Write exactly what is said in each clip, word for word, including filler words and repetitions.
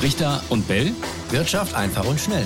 Richter und Bell. Wirtschaft einfach und schnell.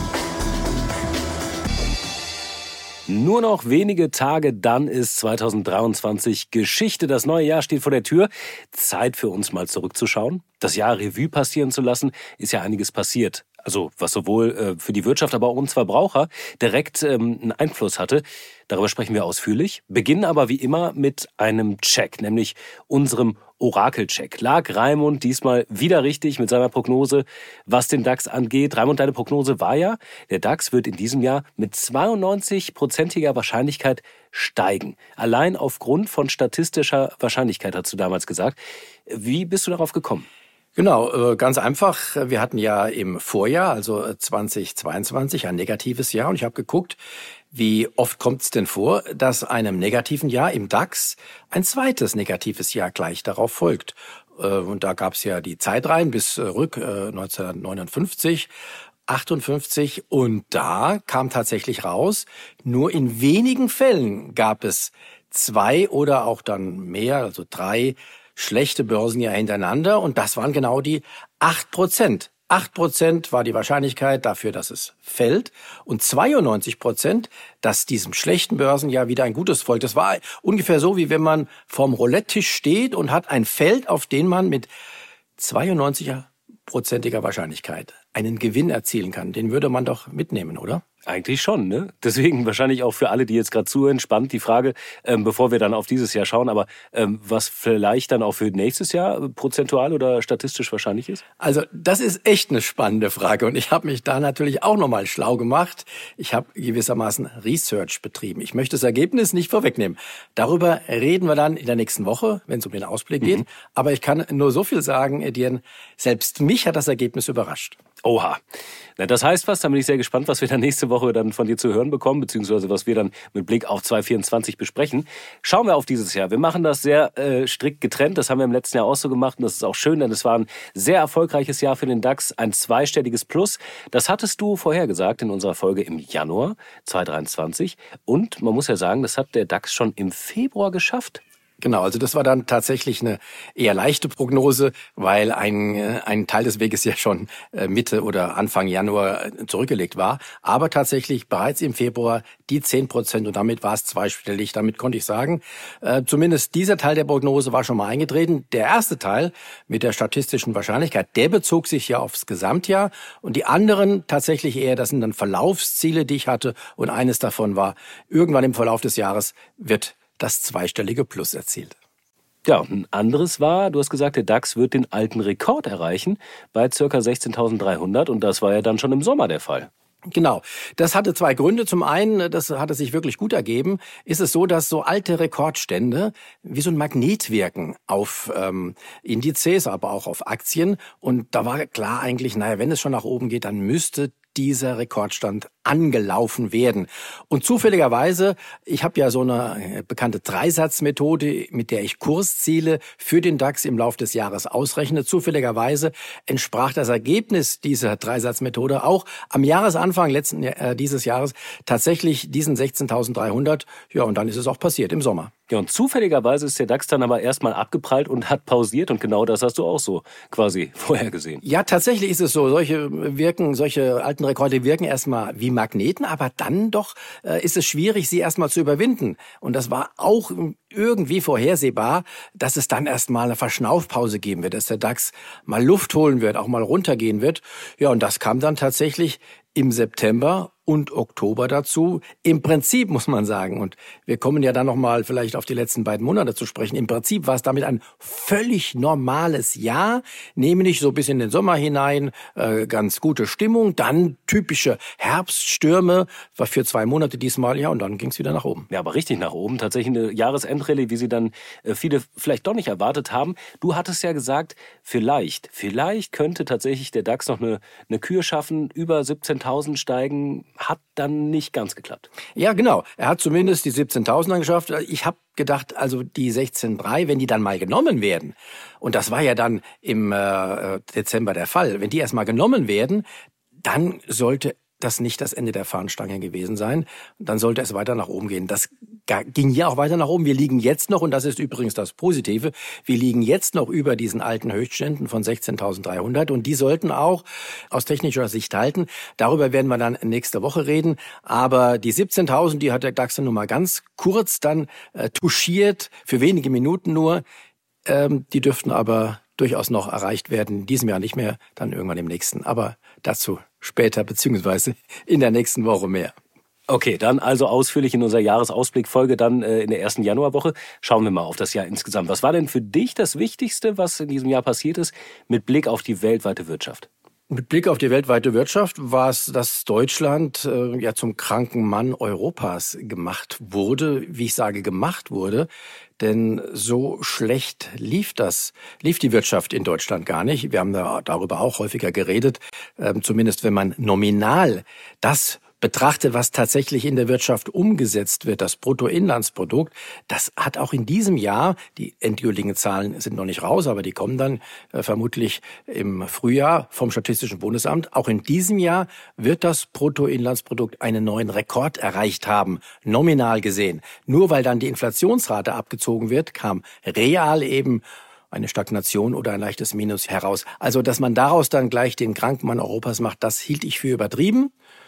Nur noch wenige Tage, dann ist zweitausenddreiundzwanzig Geschichte. Das neue Jahr steht vor der Tür. Zeit für uns mal zurückzuschauen. Das Jahr Revue passieren zu lassen, ist ja einiges passiert. Also was sowohl äh, für die Wirtschaft, aber auch uns Verbraucher direkt ähm, einen Einfluss hatte. Darüber sprechen wir ausführlich. Beginnen aber wie immer mit einem Check, nämlich unserem Orakelcheck. Lag Raimund diesmal wieder richtig mit seiner Prognose, was den DAX angeht? Raimund, deine Prognose war ja, der DAX wird in diesem Jahr mit zweiundneunzig-prozentiger Wahrscheinlichkeit steigen. Allein aufgrund von statistischer Wahrscheinlichkeit, hast du damals gesagt. Wie bist du darauf gekommen? Genau, ganz einfach. Wir hatten ja im Vorjahr, also zweitausendzweiundzwanzig, ein negatives Jahr. Und ich habe geguckt, wie oft kommt es denn vor, dass einem negativen Jahr im DAX ein zweites negatives Jahr gleich darauf folgt. Und da gab es ja die Zeitreihen bis rück neunzehnhundertneunundfünfzig, achtundfünfzig. Und da kam tatsächlich raus, nur in wenigen Fällen gab es zwei oder auch dann mehr, also drei schlechte Börsenjahr hintereinander, und das waren genau die acht Prozent. acht Prozent war die Wahrscheinlichkeit dafür, dass es fällt, und zweiundneunzig Prozent, dass diesem schlechten Börsenjahr wieder ein gutes folgt. Das war ungefähr so, wie wenn man vorm Roulette-Tisch steht und hat ein Feld, auf den man mit zweiundneunzig-prozentiger Wahrscheinlichkeit einen Gewinn erzielen kann. Den würde man doch mitnehmen, oder? Eigentlich schon, ne? Deswegen wahrscheinlich auch für alle, die jetzt gerade zuhören, spannend die Frage, ähm, bevor wir dann auf dieses Jahr schauen, aber ähm, was vielleicht dann auch für nächstes Jahr prozentual oder statistisch wahrscheinlich ist? Also das ist echt eine spannende Frage, und ich habe mich da natürlich auch nochmal schlau gemacht. Ich habe gewissermaßen Research betrieben. Ich möchte das Ergebnis nicht vorwegnehmen. Darüber reden wir dann in der nächsten Woche, wenn es um den Ausblick geht. Mhm. Aber ich kann nur so viel sagen, Etienne, selbst mich hat das Ergebnis überrascht. Oha. Na, das heißt was, da bin ich sehr gespannt, was wir dann nächste Woche dann von dir zu hören bekommen, beziehungsweise was wir dann mit Blick auf zweitausendvierundzwanzig besprechen. Schauen wir auf dieses Jahr. Wir machen das sehr äh, strikt getrennt. Das haben wir im letzten Jahr auch so gemacht, und das ist auch schön, denn es war ein sehr erfolgreiches Jahr für den DAX, ein zweistelliges Plus. Das hattest du vorhergesagt in unserer Folge im Januar zweitausenddreiundzwanzig, und man muss ja sagen, das hat der DAX schon im Februar geschafft. Genau, also das war dann tatsächlich eine eher leichte Prognose, weil ein, ein Teil des Weges ja schon Mitte oder Anfang Januar zurückgelegt war. Aber tatsächlich bereits im Februar die zehn Prozent, und damit war es zweistellig. Damit konnte ich sagen, äh, zumindest dieser Teil der Prognose war schon mal eingetreten. Der erste Teil mit der statistischen Wahrscheinlichkeit, der bezog sich ja aufs Gesamtjahr. Und die anderen tatsächlich eher, das sind dann Verlaufsziele, die ich hatte. Und eines davon war, irgendwann im Verlauf des Jahres wird das zweistellige Plus erzielt. Ja, und ein anderes war, du hast gesagt, der DAX wird den alten Rekord erreichen bei ca. sechzehntausenddreihundert, und das war ja dann schon im Sommer der Fall. Genau. Das hatte zwei Gründe. Zum einen, das hatte sich wirklich gut ergeben, ist es so, dass so alte Rekordstände wie so ein Magnet wirken auf ähm, Indizes, aber auch auf Aktien. Und da war klar eigentlich, naja, wenn es schon nach oben geht, dann müsste dieser Rekordstand angelaufen werden. Und zufälligerweise, ich habe ja so eine bekannte Dreisatzmethode, mit der ich Kursziele für den DAX im Laufe des Jahres ausrechne. Zufälligerweise entsprach das Ergebnis dieser Dreisatzmethode auch am Jahresanfang letzten äh, dieses Jahres tatsächlich diesen sechzehntausenddreihundert. Ja, und dann ist es auch passiert im Sommer. Ja, und zufälligerweise ist der DAX dann aber erstmal abgeprallt und hat pausiert, und genau das hast du auch so quasi vorhergesehen. Ja, tatsächlich ist es so. Solche wirken, solche alten Rekorde wirken erstmal wie Magneten, aber dann doch äh, ist es schwierig, sie erstmal zu überwinden. Und das war auch irgendwie vorhersehbar, dass es dann erstmal eine Verschnaufpause geben wird, dass der DAX mal Luft holen wird, auch mal runtergehen wird. Ja, und das kam dann tatsächlich im September und Oktober dazu. Im Prinzip muss man sagen, und wir kommen ja dann nochmal vielleicht auf die letzten beiden Monate zu sprechen, im Prinzip war es damit ein völlig normales Jahr, nämlich so bis in den Sommer hinein, äh, ganz gute Stimmung, dann typische Herbststürme, war für zwei Monate diesmal, ja, und dann ging es wieder nach oben. Ja, aber richtig nach oben, tatsächlich eine Jahresendrallye, wie sie dann äh, viele vielleicht doch nicht erwartet haben. Du hattest ja gesagt, vielleicht, vielleicht könnte tatsächlich der DAX noch eine, eine Kür schaffen, über siebzehntausend steigen, hat dann nicht ganz geklappt. Ja, genau. Er hat zumindest die siebzehntausend dann geschafft. Ich habe gedacht, also die sechzehn Komma drei, wenn die dann mal genommen werden, und das war ja dann im äh, Dezember der Fall, wenn die erst mal genommen werden, dann sollte das nicht das Ende der Fahnenstange gewesen sein. Dann sollte es weiter nach oben gehen. Das ging ja auch weiter nach oben. Wir liegen jetzt noch, und das ist übrigens das Positive, wir liegen jetzt noch über diesen alten Höchstständen von sechzehntausenddreihundert und die sollten auch aus technischer Sicht halten. Darüber werden wir dann nächste Woche reden. Aber die siebzehntausend, die hat der DAX nun mal ganz kurz dann äh, touchiert, für wenige Minuten nur. Ähm, die dürften aber durchaus noch erreicht werden. In diesem Jahr nicht mehr, dann irgendwann im nächsten. Aber dazu später, beziehungsweise in der nächsten Woche mehr. Okay, dann also ausführlich in unserer Jahresausblickfolge dann äh, in der ersten Januarwoche. Schauen wir mal auf das Jahr insgesamt. Was war denn für dich das Wichtigste, was in diesem Jahr passiert ist, mit Blick auf die weltweite Wirtschaft? Mit Blick auf die weltweite Wirtschaft war es, dass Deutschland äh, ja zum kranken Mann Europas gemacht wurde. Wie ich sage, gemacht wurde. Denn so schlecht lief das, lief die Wirtschaft in Deutschland gar nicht. Wir haben da darüber auch häufiger geredet. Ähm, zumindest wenn man nominal das betrachtet, was tatsächlich in der Wirtschaft umgesetzt wird, das Bruttoinlandsprodukt, das hat auch in diesem Jahr, die endgültigen Zahlen sind noch nicht raus, aber die kommen dann äh, vermutlich im Frühjahr vom Statistischen Bundesamt, auch in diesem Jahr wird das Bruttoinlandsprodukt einen neuen Rekord erreicht haben, nominal gesehen. Nur weil dann die Inflationsrate abgezogen wird, kam real eben eine Stagnation oder ein leichtes Minus heraus. Also, dass man daraus dann gleich den kranken Mann Europas macht, das hielt ich für übertrieben.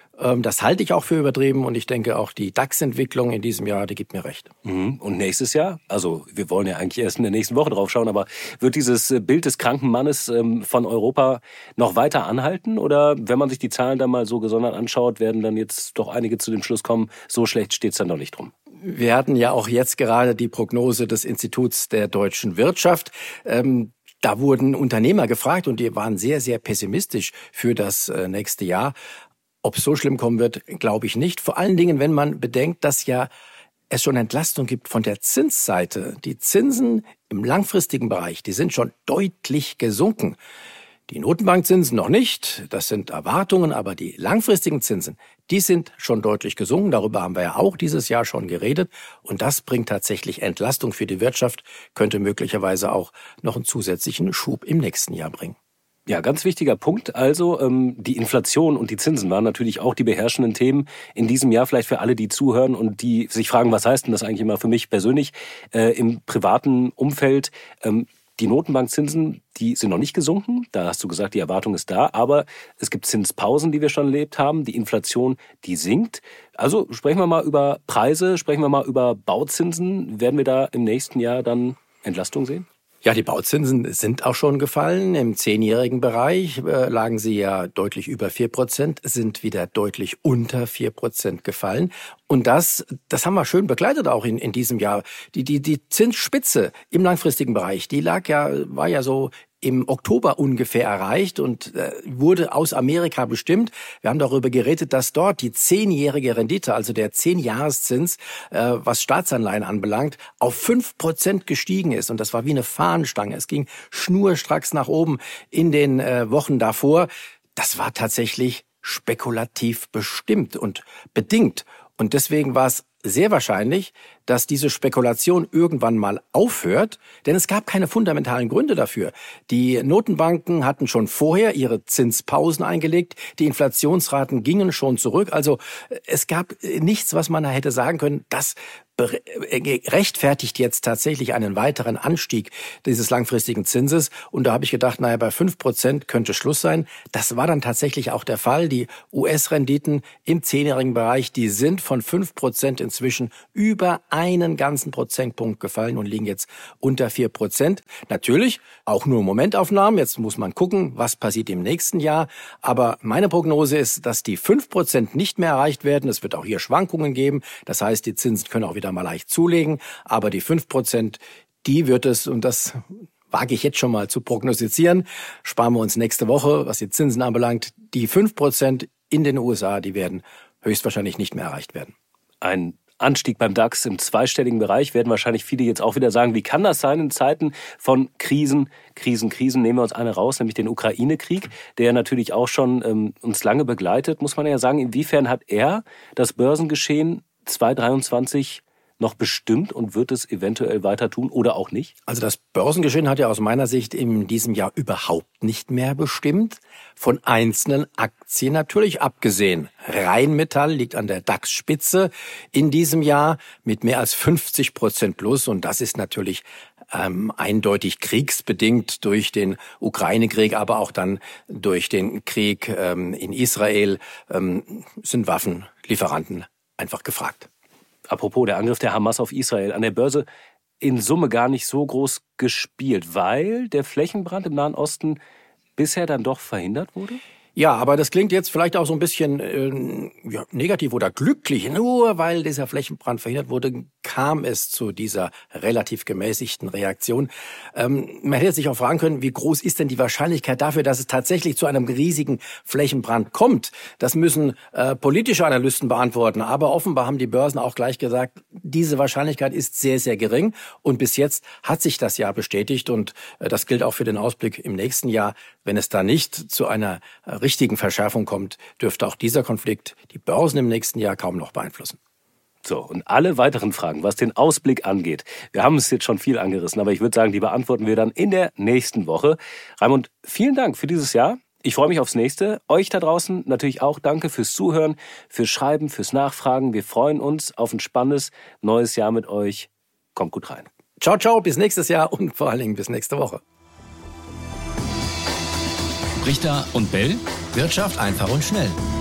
Das halte ich auch für übertrieben und ich denke auch die DAX-Entwicklung in diesem Jahr, die gibt mir recht. Und nächstes Jahr, also wir wollen ja eigentlich erst in der nächsten Woche drauf schauen, aber wird dieses Bild des kranken Mannes von Europa noch weiter anhalten? Oder wenn man sich die Zahlen dann mal so gesondert anschaut, werden dann jetzt doch einige zu dem Schluss kommen, so schlecht steht es dann doch nicht drum? Wir hatten ja auch jetzt gerade die Prognose des Instituts der deutschen Wirtschaft. Ähm, da wurden Unternehmer gefragt und die waren sehr, sehr pessimistisch für das äh, nächste Jahr. Ob es so schlimm kommen wird, glaube ich nicht. Vor allen Dingen, wenn man bedenkt, dass ja es schon Entlastung gibt von der Zinsseite. Die Zinsen im langfristigen Bereich, die sind schon deutlich gesunken. Die Notenbankzinsen noch nicht, das sind Erwartungen, aber die langfristigen Zinsen, die sind schon deutlich gesunken. Darüber haben wir ja auch dieses Jahr schon geredet. Und das bringt tatsächlich Entlastung für die Wirtschaft, könnte möglicherweise auch noch einen zusätzlichen Schub im nächsten Jahr bringen. Ja, ganz wichtiger Punkt. Also ähm, die Inflation und die Zinsen waren natürlich auch die beherrschenden Themen in diesem Jahr. Vielleicht für alle, die zuhören und die sich fragen, was heißt denn das eigentlich immer für mich persönlich äh, im privaten Umfeld? Ähm, die Notenbankzinsen, die sind noch nicht gesunken. Da hast du gesagt, die Erwartung ist da. Aber es gibt Zinspausen, die wir schon erlebt haben. Die Inflation, die sinkt. Also sprechen wir mal über Preise, sprechen wir mal über Bauzinsen. Werden wir da im nächsten Jahr dann Entlastung sehen? Ja, die Bauzinsen sind auch schon gefallen. Im zehnjährigen Bereich äh, lagen sie ja deutlich über vier Prozent, sind wieder deutlich unter vier Prozent gefallen. Und das, das haben wir schön begleitet auch in, in diesem Jahr. Die, die, die Zinsspitze im langfristigen Bereich, die lag ja, war ja so im Oktober ungefähr erreicht und äh, wurde aus Amerika bestimmt. Wir haben darüber geredet, dass dort die zehnjährige Rendite, also der zehn-Jahreszins, äh, was Staatsanleihen anbelangt, auf fünf Prozent gestiegen ist. Und das war wie eine Fahnenstange. Es ging schnurstracks nach oben in den äh, Wochen davor. Das war tatsächlich spekulativ bestimmt und bedingt. Und deswegen war es sehr wahrscheinlich, dass diese Spekulation irgendwann mal aufhört, denn es gab keine fundamentalen Gründe dafür. Die Notenbanken hatten schon vorher ihre Zinspausen eingelegt, die Inflationsraten gingen schon zurück. Also es gab nichts, was man da hätte sagen können, das rechtfertigt jetzt tatsächlich einen weiteren Anstieg dieses langfristigen Zinses. Und da habe ich gedacht, naja, bei fünf Prozent könnte Schluss sein. Das war dann tatsächlich auch der Fall. Die U S-Renditen im zehnjährigen Bereich, die sind von fünf Prozent inzwischen über einen ganzen Prozentpunkt gefallen und liegen jetzt unter vier Prozent. Natürlich auch nur Momentaufnahmen. Jetzt muss man gucken, was passiert im nächsten Jahr. Aber meine Prognose ist, dass die fünf Prozent nicht mehr erreicht werden. Es wird auch hier Schwankungen geben. Das heißt, die Zinsen können auch wieder mal leicht zulegen. Aber die fünf Prozent, die wird es, und das wage ich jetzt schon mal zu prognostizieren, sparen wir uns nächste Woche, was die Zinsen anbelangt. Die fünf Prozent in den U S A, die werden höchstwahrscheinlich nicht mehr erreicht werden. Ein Anstieg beim DAX im zweistelligen Bereich, werden wahrscheinlich viele jetzt auch wieder sagen, wie kann das sein in Zeiten von Krisen, Krisen, Krisen? Nehmen wir uns eine raus, nämlich den Ukraine-Krieg, der natürlich auch schon ähm, uns lange begleitet, muss man ja sagen. Inwiefern hat er das Börsengeschehen zweitausenddreiundzwanzig noch bestimmt und wird es eventuell weiter tun oder auch nicht? Also das Börsengeschehen hat ja aus meiner Sicht in diesem Jahr überhaupt nicht mehr bestimmt. Von einzelnen Aktien natürlich abgesehen. Rheinmetall liegt an der DAX-Spitze in diesem Jahr mit mehr als fünfzig Prozent plus. Und das ist natürlich ähm, eindeutig kriegsbedingt durch den Ukraine-Krieg, aber auch dann durch den Krieg ähm, in Israel ähm, sind Waffenlieferanten einfach gefragt. Apropos, der Angriff der Hamas auf Israel an der Börse in Summe gar nicht so groß gespielt, weil der Flächenbrand im Nahen Osten bisher dann doch verhindert wurde? Ja, aber das klingt jetzt vielleicht auch so ein bisschen äh, ja, negativ oder glücklich. Nur weil dieser Flächenbrand verhindert wurde, kam es zu dieser relativ gemäßigten Reaktion. Ähm, man hätte sich auch fragen können, wie groß ist denn die Wahrscheinlichkeit dafür, dass es tatsächlich zu einem riesigen Flächenbrand kommt? Das müssen äh, politische Analysten beantworten. Aber offenbar haben die Börsen auch gleich gesagt, diese Wahrscheinlichkeit ist sehr, sehr gering. Und bis jetzt hat sich das ja bestätigt. Und äh, das gilt auch für den Ausblick im nächsten Jahr. Wenn es da nicht zu einer äh, richtigen Verschärfung kommt, dürfte auch dieser Konflikt die Börsen im nächsten Jahr kaum noch beeinflussen. So, und alle weiteren Fragen, was den Ausblick angeht, wir haben es jetzt schon viel angerissen, aber ich würde sagen, die beantworten wir dann in der nächsten Woche. Raimund, vielen Dank für dieses Jahr. Ich freue mich aufs nächste. Euch da draußen natürlich auch danke fürs Zuhören, fürs Schreiben, fürs Nachfragen. Wir freuen uns auf ein spannendes neues Jahr mit euch. Kommt gut rein. Ciao, ciao, bis nächstes Jahr und vor allen Dingen bis nächste Woche. Richter und Bell. Wirtschaft einfach und schnell.